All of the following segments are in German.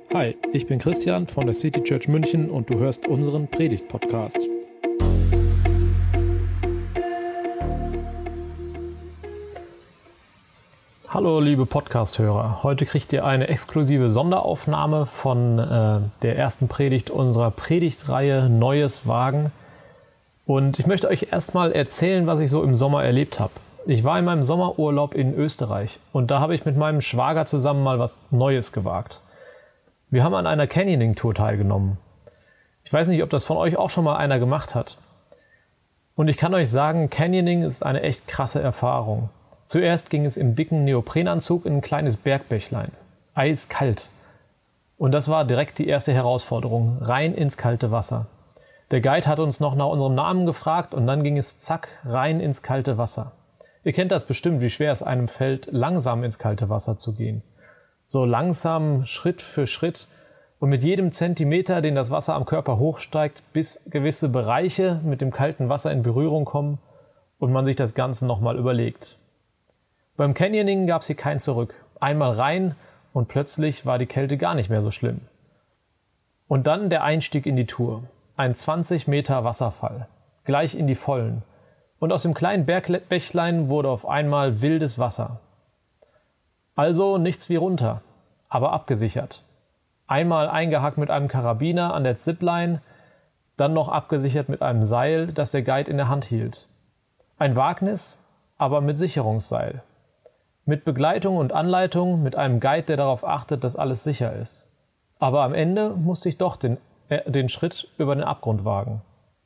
Hi, ich bin Christian von der City Church München und du hörst unseren Predigt-Podcast. Hallo liebe Podcast-Hörer, heute kriegt ihr eine exklusive Sonderaufnahme von der ersten Predigt unserer Predigtreihe Neues Wagen. Und ich möchte euch erstmal erzählen, was ich so im Sommer erlebt habe. Ich war in meinem Sommerurlaub in Österreich und da habe ich mit meinem Schwager zusammen mal was Neues gewagt. Wir haben an einer Canyoning-Tour teilgenommen. Ich weiß nicht, ob das von euch auch schon mal einer gemacht hat. Und ich kann euch sagen, Canyoning ist eine echt krasse Erfahrung. Zuerst ging es im dicken Neoprenanzug in ein kleines Bergbächlein. Eiskalt. Und das war direkt die erste Herausforderung, rein ins kalte Wasser. Der Guide hat uns noch nach unserem Namen gefragt und dann ging es zack, rein ins kalte Wasser. Ihr kennt das bestimmt, wie schwer es einem fällt, langsam ins kalte Wasser zu gehen. So langsam, Schritt für Schritt und mit jedem Zentimeter, den das Wasser am Körper hochsteigt, bis gewisse Bereiche mit dem kalten Wasser in Berührung kommen und man sich das Ganze nochmal überlegt. Beim Canyoning gab es hier kein Zurück. Einmal rein und plötzlich war die Kälte gar nicht mehr so schlimm. Und dann der Einstieg in die Tour. Ein 20 Meter Wasserfall. Gleich in die Vollen. Und aus dem kleinen Bergbächlein wurde auf einmal wildes Wasser. Also nichts wie runter, aber abgesichert. Einmal eingehakt mit einem Karabiner an der Zipline, dann noch abgesichert mit einem Seil, das der Guide in der Hand hielt. Ein Wagnis, aber mit Sicherungsseil. Mit Begleitung und Anleitung, mit einem Guide, der darauf achtet, dass alles sicher ist. Aber am Ende musste ich doch den Schritt über den Abgrund wagen.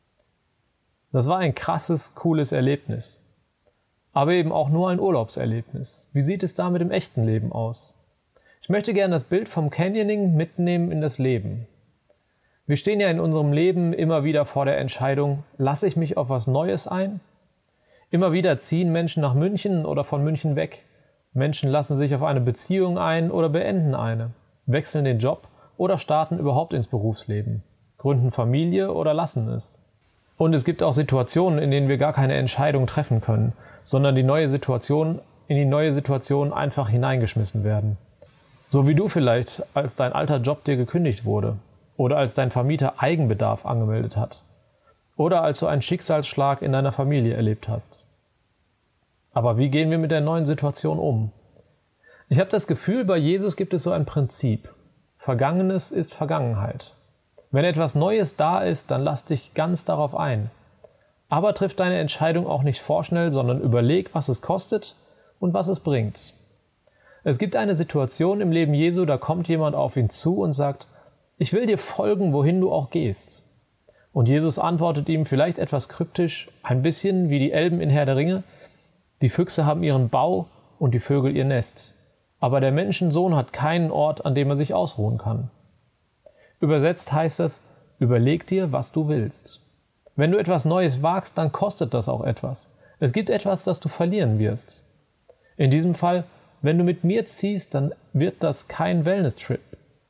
Das war ein krasses, cooles Erlebnis. Aber eben auch nur ein Urlaubserlebnis. Wie sieht es da mit dem echten Leben aus? Ich möchte gerne das Bild vom Canyoning mitnehmen in das Leben. Wir stehen ja in unserem Leben immer wieder vor der Entscheidung, lasse ich mich auf was Neues ein? Immer wieder ziehen Menschen nach München oder von München weg. Menschen lassen sich auf eine Beziehung ein oder beenden eine, wechseln den Job oder starten überhaupt ins Berufsleben, gründen Familie oder lassen es. Und es gibt auch Situationen, in denen wir gar keine Entscheidung treffen können, sondern in die neue Situation einfach hineingeschmissen werden. So wie du vielleicht, als dein alter Job dir gekündigt wurde oder als dein Vermieter Eigenbedarf angemeldet hat oder als du einen Schicksalsschlag in deiner Familie erlebt hast. Aber wie gehen wir mit der neuen Situation um? Ich habe das Gefühl, bei Jesus gibt es so ein Prinzip. Vergangenes ist Vergangenheit. Wenn etwas Neues da ist, dann lass dich ganz darauf ein. Aber triff deine Entscheidung auch nicht vorschnell, sondern überleg, was es kostet und was es bringt. Es gibt eine Situation im Leben Jesu, da kommt jemand auf ihn zu und sagt, ich will dir folgen, wohin du auch gehst. Und Jesus antwortet ihm vielleicht etwas kryptisch, ein bisschen wie die Elben in Herr der Ringe, die Füchse haben ihren Bau und die Vögel ihr Nest. Aber der Menschensohn hat keinen Ort, an dem er sich ausruhen kann. Übersetzt heißt das, überleg dir, was du willst. Wenn du etwas Neues wagst, dann kostet das auch etwas. Es gibt etwas, das du verlieren wirst. In diesem Fall, wenn du mit mir ziehst, dann wird das kein Wellness-Trip.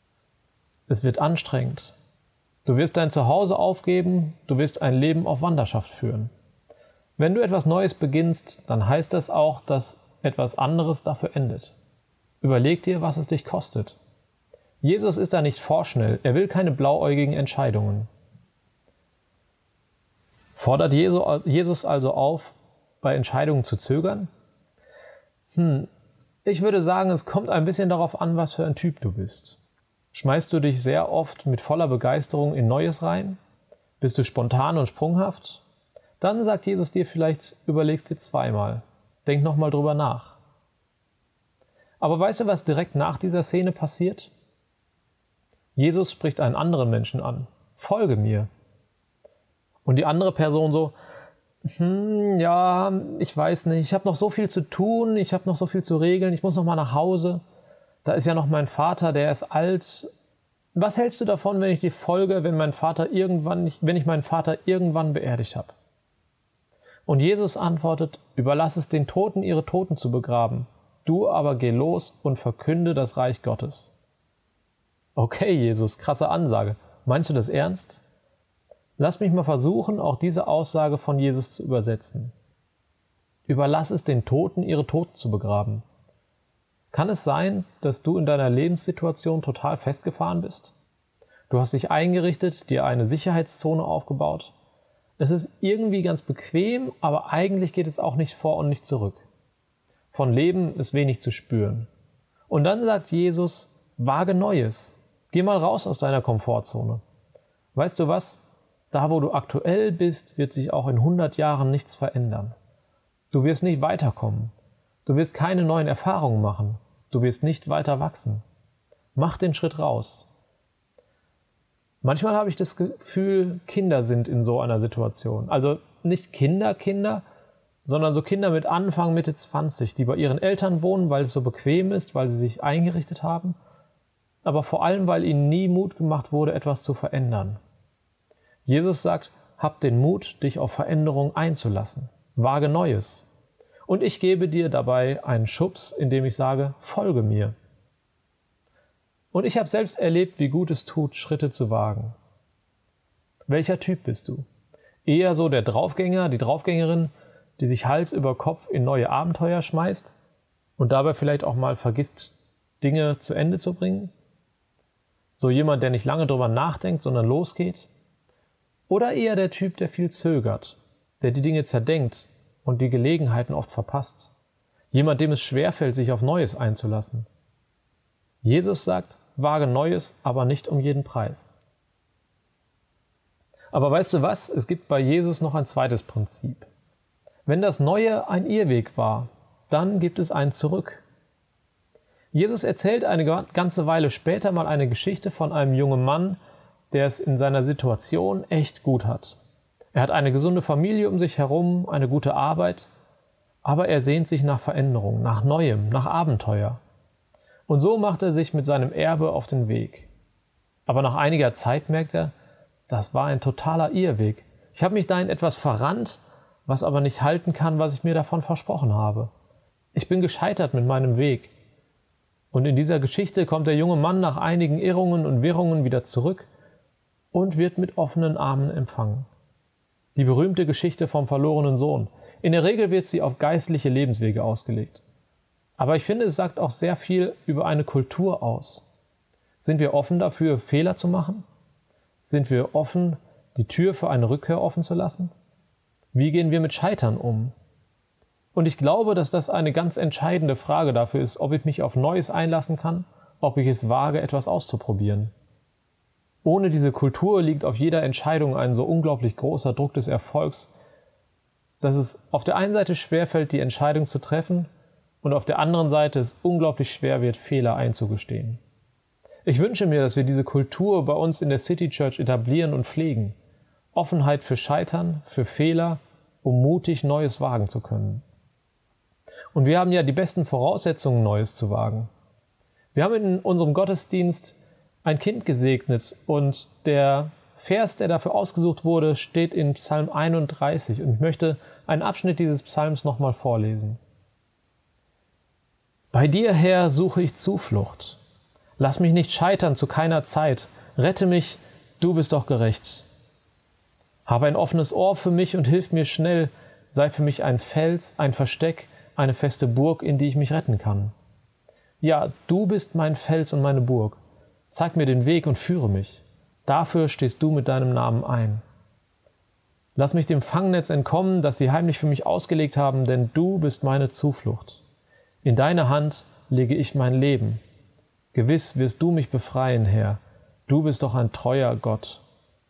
Es wird anstrengend. Du wirst dein Zuhause aufgeben, du wirst ein Leben auf Wanderschaft führen. Wenn du etwas Neues beginnst, dann heißt das auch, dass etwas anderes dafür endet. Überleg dir, was es dich kostet. Jesus ist da nicht vorschnell, er will keine blauäugigen Entscheidungen. Fordert Jesus also auf, bei Entscheidungen zu zögern? Ich würde sagen, es kommt ein bisschen darauf an, was für ein Typ du bist. Schmeißt du dich sehr oft mit voller Begeisterung in Neues rein? Bist du spontan und sprunghaft? Dann sagt Jesus dir vielleicht, überlegst dir zweimal. Denk nochmal drüber nach. Aber weißt du, was direkt nach dieser Szene passiert? Jesus spricht einen anderen Menschen an. Folge mir. Und die andere Person so, ja, ich weiß nicht, ich habe noch so viel zu tun, ich habe noch so viel zu regeln, ich muss noch mal nach Hause. Da ist ja noch mein Vater, der ist alt. Was hältst du davon, wenn ich dir folge, wenn ich meinen Vater irgendwann beerdigt habe? Und Jesus antwortet, überlass es den Toten, ihre Toten zu begraben. Du aber geh los und verkünde das Reich Gottes. Okay, Jesus, krasse Ansage. Meinst du das ernst? Lass mich mal versuchen, auch diese Aussage von Jesus zu übersetzen. Überlass es den Toten, ihre Toten zu begraben. Kann es sein, dass du in deiner Lebenssituation total festgefahren bist? Du hast dich eingerichtet, dir eine Sicherheitszone aufgebaut. Es ist irgendwie ganz bequem, aber eigentlich geht es auch nicht vor und nicht zurück. Von Leben ist wenig zu spüren. Und dann sagt Jesus, wage Neues. Geh mal raus aus deiner Komfortzone. Weißt du was? Da, wo du aktuell bist, wird sich auch in 100 Jahren nichts verändern. Du wirst nicht weiterkommen. Du wirst keine neuen Erfahrungen machen. Du wirst nicht weiter wachsen. Mach den Schritt raus. Manchmal habe ich das Gefühl, Kinder sind in so einer Situation. Also nicht Kinder, sondern so Kinder mit Anfang, Mitte 20, die bei ihren Eltern wohnen, weil es so bequem ist, weil sie sich eingerichtet haben, aber vor allem, weil ihnen nie Mut gemacht wurde, etwas zu verändern. Jesus sagt, hab den Mut, dich auf Veränderung einzulassen. Wage Neues. Und ich gebe dir dabei einen Schubs, indem ich sage, folge mir. Und ich habe selbst erlebt, wie gut es tut, Schritte zu wagen. Welcher Typ bist du? Eher so der Draufgänger, die Draufgängerin, die sich Hals über Kopf in neue Abenteuer schmeißt und dabei vielleicht auch mal vergisst, Dinge zu Ende zu bringen? So jemand, der nicht lange drüber nachdenkt, sondern losgeht? Oder eher der Typ, der viel zögert, der die Dinge zerdenkt und die Gelegenheiten oft verpasst? Jemand, dem es schwerfällt, sich auf Neues einzulassen? Jesus sagt, wage Neues, aber nicht um jeden Preis. Aber weißt du was? Es gibt bei Jesus noch ein zweites Prinzip. Wenn das Neue ein Irrweg war, dann gibt es ein Zurück. Jesus erzählt eine ganze Weile später mal eine Geschichte von einem jungen Mann, der es in seiner Situation echt gut hat. Er hat eine gesunde Familie um sich herum, eine gute Arbeit, aber er sehnt sich nach Veränderung, nach Neuem, nach Abenteuer. Und so macht er sich mit seinem Erbe auf den Weg. Aber nach einiger Zeit merkt er, das war ein totaler Irrweg. Ich habe mich da in etwas verrannt, was aber nicht halten kann, was ich mir davon versprochen habe. Ich bin gescheitert mit meinem Weg. Und in dieser Geschichte kommt der junge Mann nach einigen Irrungen und Wirrungen wieder zurück und wird mit offenen Armen empfangen. Die berühmte Geschichte vom verlorenen Sohn. In der Regel wird sie auf geistliche Lebenswege ausgelegt. Aber ich finde, es sagt auch sehr viel über eine Kultur aus. Sind wir offen dafür, Fehler zu machen? Sind wir offen, die Tür für eine Rückkehr offen zu lassen? Wie gehen wir mit Scheitern um? Und ich glaube, dass das eine ganz entscheidende Frage dafür ist, ob ich mich auf Neues einlassen kann, ob ich es wage, etwas auszuprobieren. Ohne diese Kultur liegt auf jeder Entscheidung ein so unglaublich großer Druck des Erfolgs, dass es auf der einen Seite schwerfällt, die Entscheidung zu treffen, und auf der anderen Seite es unglaublich schwer wird, Fehler einzugestehen. Ich wünsche mir, dass wir diese Kultur bei uns in der City Church etablieren und pflegen. Offenheit für Scheitern, für Fehler, um mutig Neues wagen zu können. Und wir haben ja die besten Voraussetzungen, Neues zu wagen. Wir haben in unserem Gottesdienst ein Kind gesegnet und der Vers, der dafür ausgesucht wurde, steht in Psalm 31 und ich möchte einen Abschnitt dieses Psalms nochmal vorlesen. Bei dir, Herr, suche ich Zuflucht. Lass mich nicht scheitern zu keiner Zeit. Rette mich, du bist doch gerecht. Habe ein offenes Ohr für mich und hilf mir schnell. Sei für mich ein Fels, ein Versteck, eine feste Burg, in die ich mich retten kann. Ja, du bist mein Fels und meine Burg. Zeig mir den Weg und führe mich. Dafür stehst du mit deinem Namen ein. Lass mich dem Fangnetz entkommen, das sie heimlich für mich ausgelegt haben, denn du bist meine Zuflucht. In deine Hand lege ich mein Leben. Gewiss wirst du mich befreien, Herr. Du bist doch ein treuer Gott.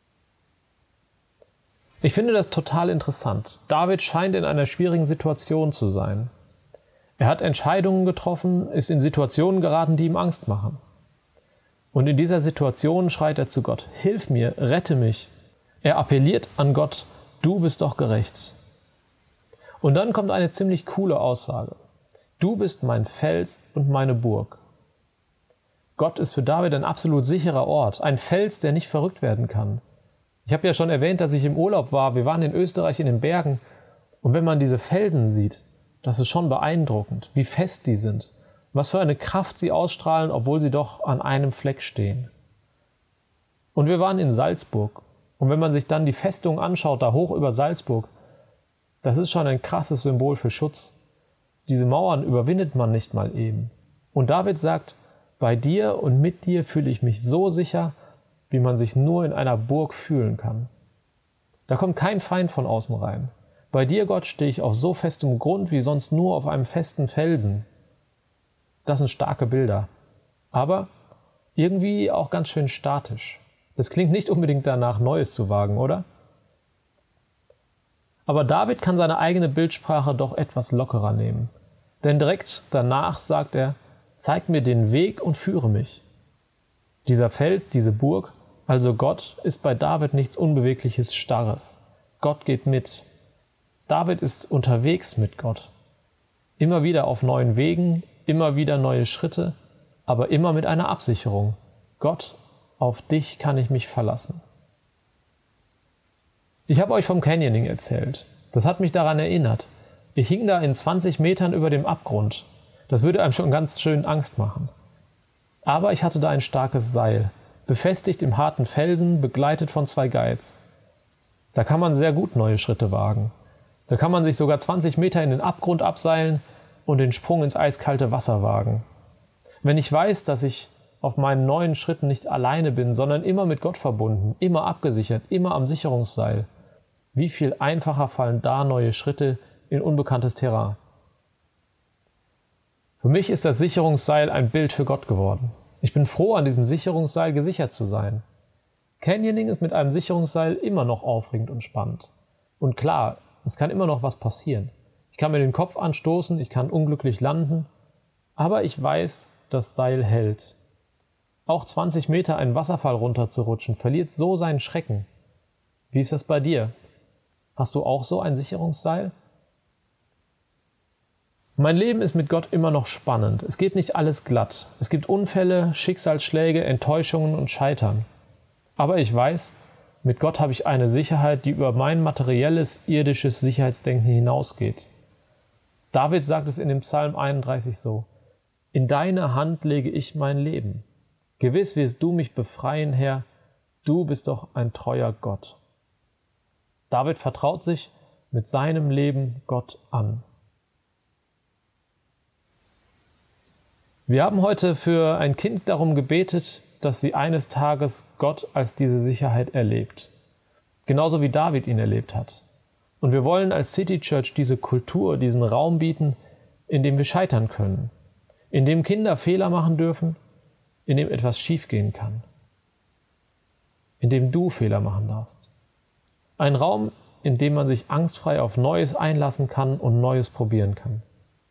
Ich finde das total interessant. David scheint in einer schwierigen Situation zu sein. Er hat Entscheidungen getroffen, ist in Situationen geraten, die ihm Angst machen. Und in dieser Situation schreit er zu Gott, hilf mir, rette mich. Er appelliert an Gott, du bist doch gerecht. Und dann kommt eine ziemlich coole Aussage. Du bist mein Fels und meine Burg. Gott ist für David ein absolut sicherer Ort, ein Fels, der nicht verrückt werden kann. Ich habe ja schon erwähnt, dass ich im Urlaub war. Wir waren in Österreich in den Bergen. Und wenn man diese Felsen sieht, das ist schon beeindruckend, wie fest die sind. Was für eine Kraft sie ausstrahlen, obwohl sie doch an einem Fleck stehen. Und wir waren in Salzburg. Und wenn man sich dann die Festung anschaut, da hoch über Salzburg, das ist schon ein krasses Symbol für Schutz. Diese Mauern überwindet man nicht mal eben. Und David sagt, bei dir und mit dir fühle ich mich so sicher, wie man sich nur in einer Burg fühlen kann. Da kommt kein Feind von außen rein. Bei dir, Gott, stehe ich auf so festem Grund wie sonst nur auf einem festen Felsen. Das sind starke Bilder, aber irgendwie auch ganz schön statisch. Das klingt nicht unbedingt danach, Neues zu wagen, oder? Aber David kann seine eigene Bildsprache doch etwas lockerer nehmen. Denn direkt danach sagt er, zeig mir den Weg und führe mich. Dieser Fels, diese Burg, also Gott, ist bei David nichts Unbewegliches, Starres. Gott geht mit. David ist unterwegs mit Gott. Immer wieder auf neuen Wegen, immer wieder neue Schritte, aber immer mit einer Absicherung. Gott, auf dich kann ich mich verlassen. Ich habe euch vom Canyoning erzählt. Das hat mich daran erinnert. Ich hing da in 20 Metern über dem Abgrund. Das würde einem schon ganz schön Angst machen. Aber ich hatte da ein starkes Seil, befestigt im harten Felsen, begleitet von 2 Guides. Da kann man sehr gut neue Schritte wagen. Da kann man sich sogar 20 Meter in den Abgrund abseilen und den Sprung ins eiskalte Wasser wagen. Wenn ich weiß, dass ich auf meinen neuen Schritten nicht alleine bin, sondern immer mit Gott verbunden, immer abgesichert, immer am Sicherungsseil, wie viel einfacher fallen da neue Schritte in unbekanntes Terrain. Für mich ist das Sicherungsseil ein Bild für Gott geworden. Ich bin froh, an diesem Sicherungsseil gesichert zu sein. Canyoning ist mit einem Sicherungsseil immer noch aufregend und spannend. Und klar, es kann immer noch was passieren. Ich kann mir den Kopf anstoßen, ich kann unglücklich landen, aber ich weiß, das Seil hält. Auch 20 Meter einen Wasserfall runterzurutschen, verliert so seinen Schrecken. Wie ist das bei dir? Hast du auch so ein Sicherungsseil? Mein Leben ist mit Gott immer noch spannend. Es geht nicht alles glatt. Es gibt Unfälle, Schicksalsschläge, Enttäuschungen und Scheitern. Aber ich weiß, mit Gott habe ich eine Sicherheit, die über mein materielles, irdisches Sicherheitsdenken hinausgeht. David sagt es in dem Psalm 31 so: In deine Hand lege ich mein Leben. Gewiss wirst du mich befreien, Herr. Du bist doch ein treuer Gott. David vertraut sich mit seinem Leben Gott an. Wir haben heute für ein Kind darum gebetet, dass sie eines Tages Gott als diese Sicherheit erlebt. Genauso wie David ihn erlebt hat. Und wir wollen als City Church diese Kultur, diesen Raum bieten, in dem wir scheitern können, in dem Kinder Fehler machen dürfen, in dem etwas schiefgehen kann, in dem du Fehler machen darfst. Ein Raum, in dem man sich angstfrei auf Neues einlassen kann und Neues probieren kann.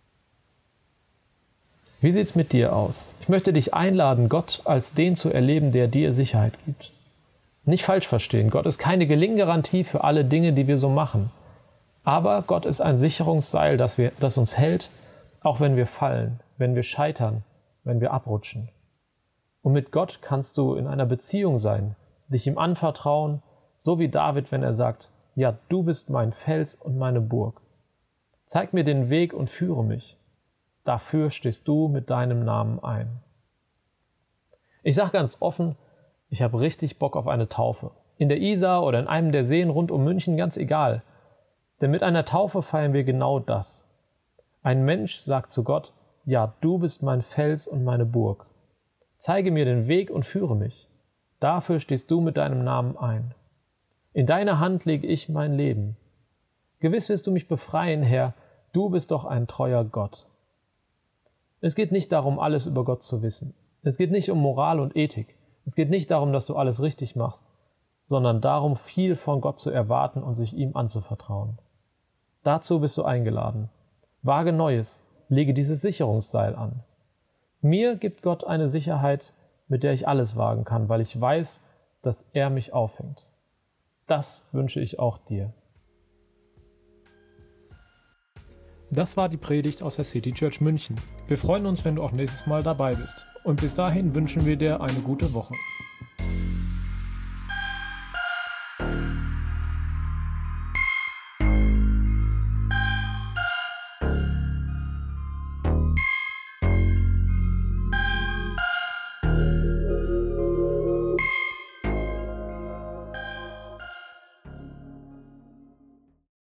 Wie sieht's mit dir aus? Ich möchte dich einladen, Gott als den zu erleben, der dir Sicherheit gibt. Nicht falsch verstehen, Gott ist keine Gelinggarantie für alle Dinge, die wir so machen. Aber Gott ist ein Sicherungsseil, das uns hält, auch wenn wir fallen, wenn wir scheitern, wenn wir abrutschen. Und mit Gott kannst du in einer Beziehung sein, dich ihm anvertrauen, so wie David, wenn er sagt, ja, du bist mein Fels und meine Burg. Zeig mir den Weg und führe mich. Dafür stehst du mit deinem Namen ein. Ich sage ganz offen, ich habe richtig Bock auf eine Taufe. In der Isar oder in einem der Seen rund um München, ganz egal. Denn mit einer Taufe feiern wir genau das. Ein Mensch sagt zu Gott, ja, du bist mein Fels und meine Burg. Zeige mir den Weg und führe mich. Dafür stehst du mit deinem Namen ein. In deine Hand lege ich mein Leben. Gewiss wirst du mich befreien, Herr, du bist doch ein treuer Gott. Es geht nicht darum, alles über Gott zu wissen. Es geht nicht um Moral und Ethik. Es geht nicht darum, dass du alles richtig machst, sondern darum, viel von Gott zu erwarten und sich ihm anzuvertrauen. Dazu bist du eingeladen. Wage Neues, lege dieses Sicherungsseil an. Mir gibt Gott eine Sicherheit, mit der ich alles wagen kann, weil ich weiß, dass er mich aufhängt. Das wünsche ich auch dir. Das war die Predigt aus der City Church München. Wir freuen uns, wenn du auch nächstes Mal dabei bist. Und bis dahin wünschen wir dir eine gute Woche.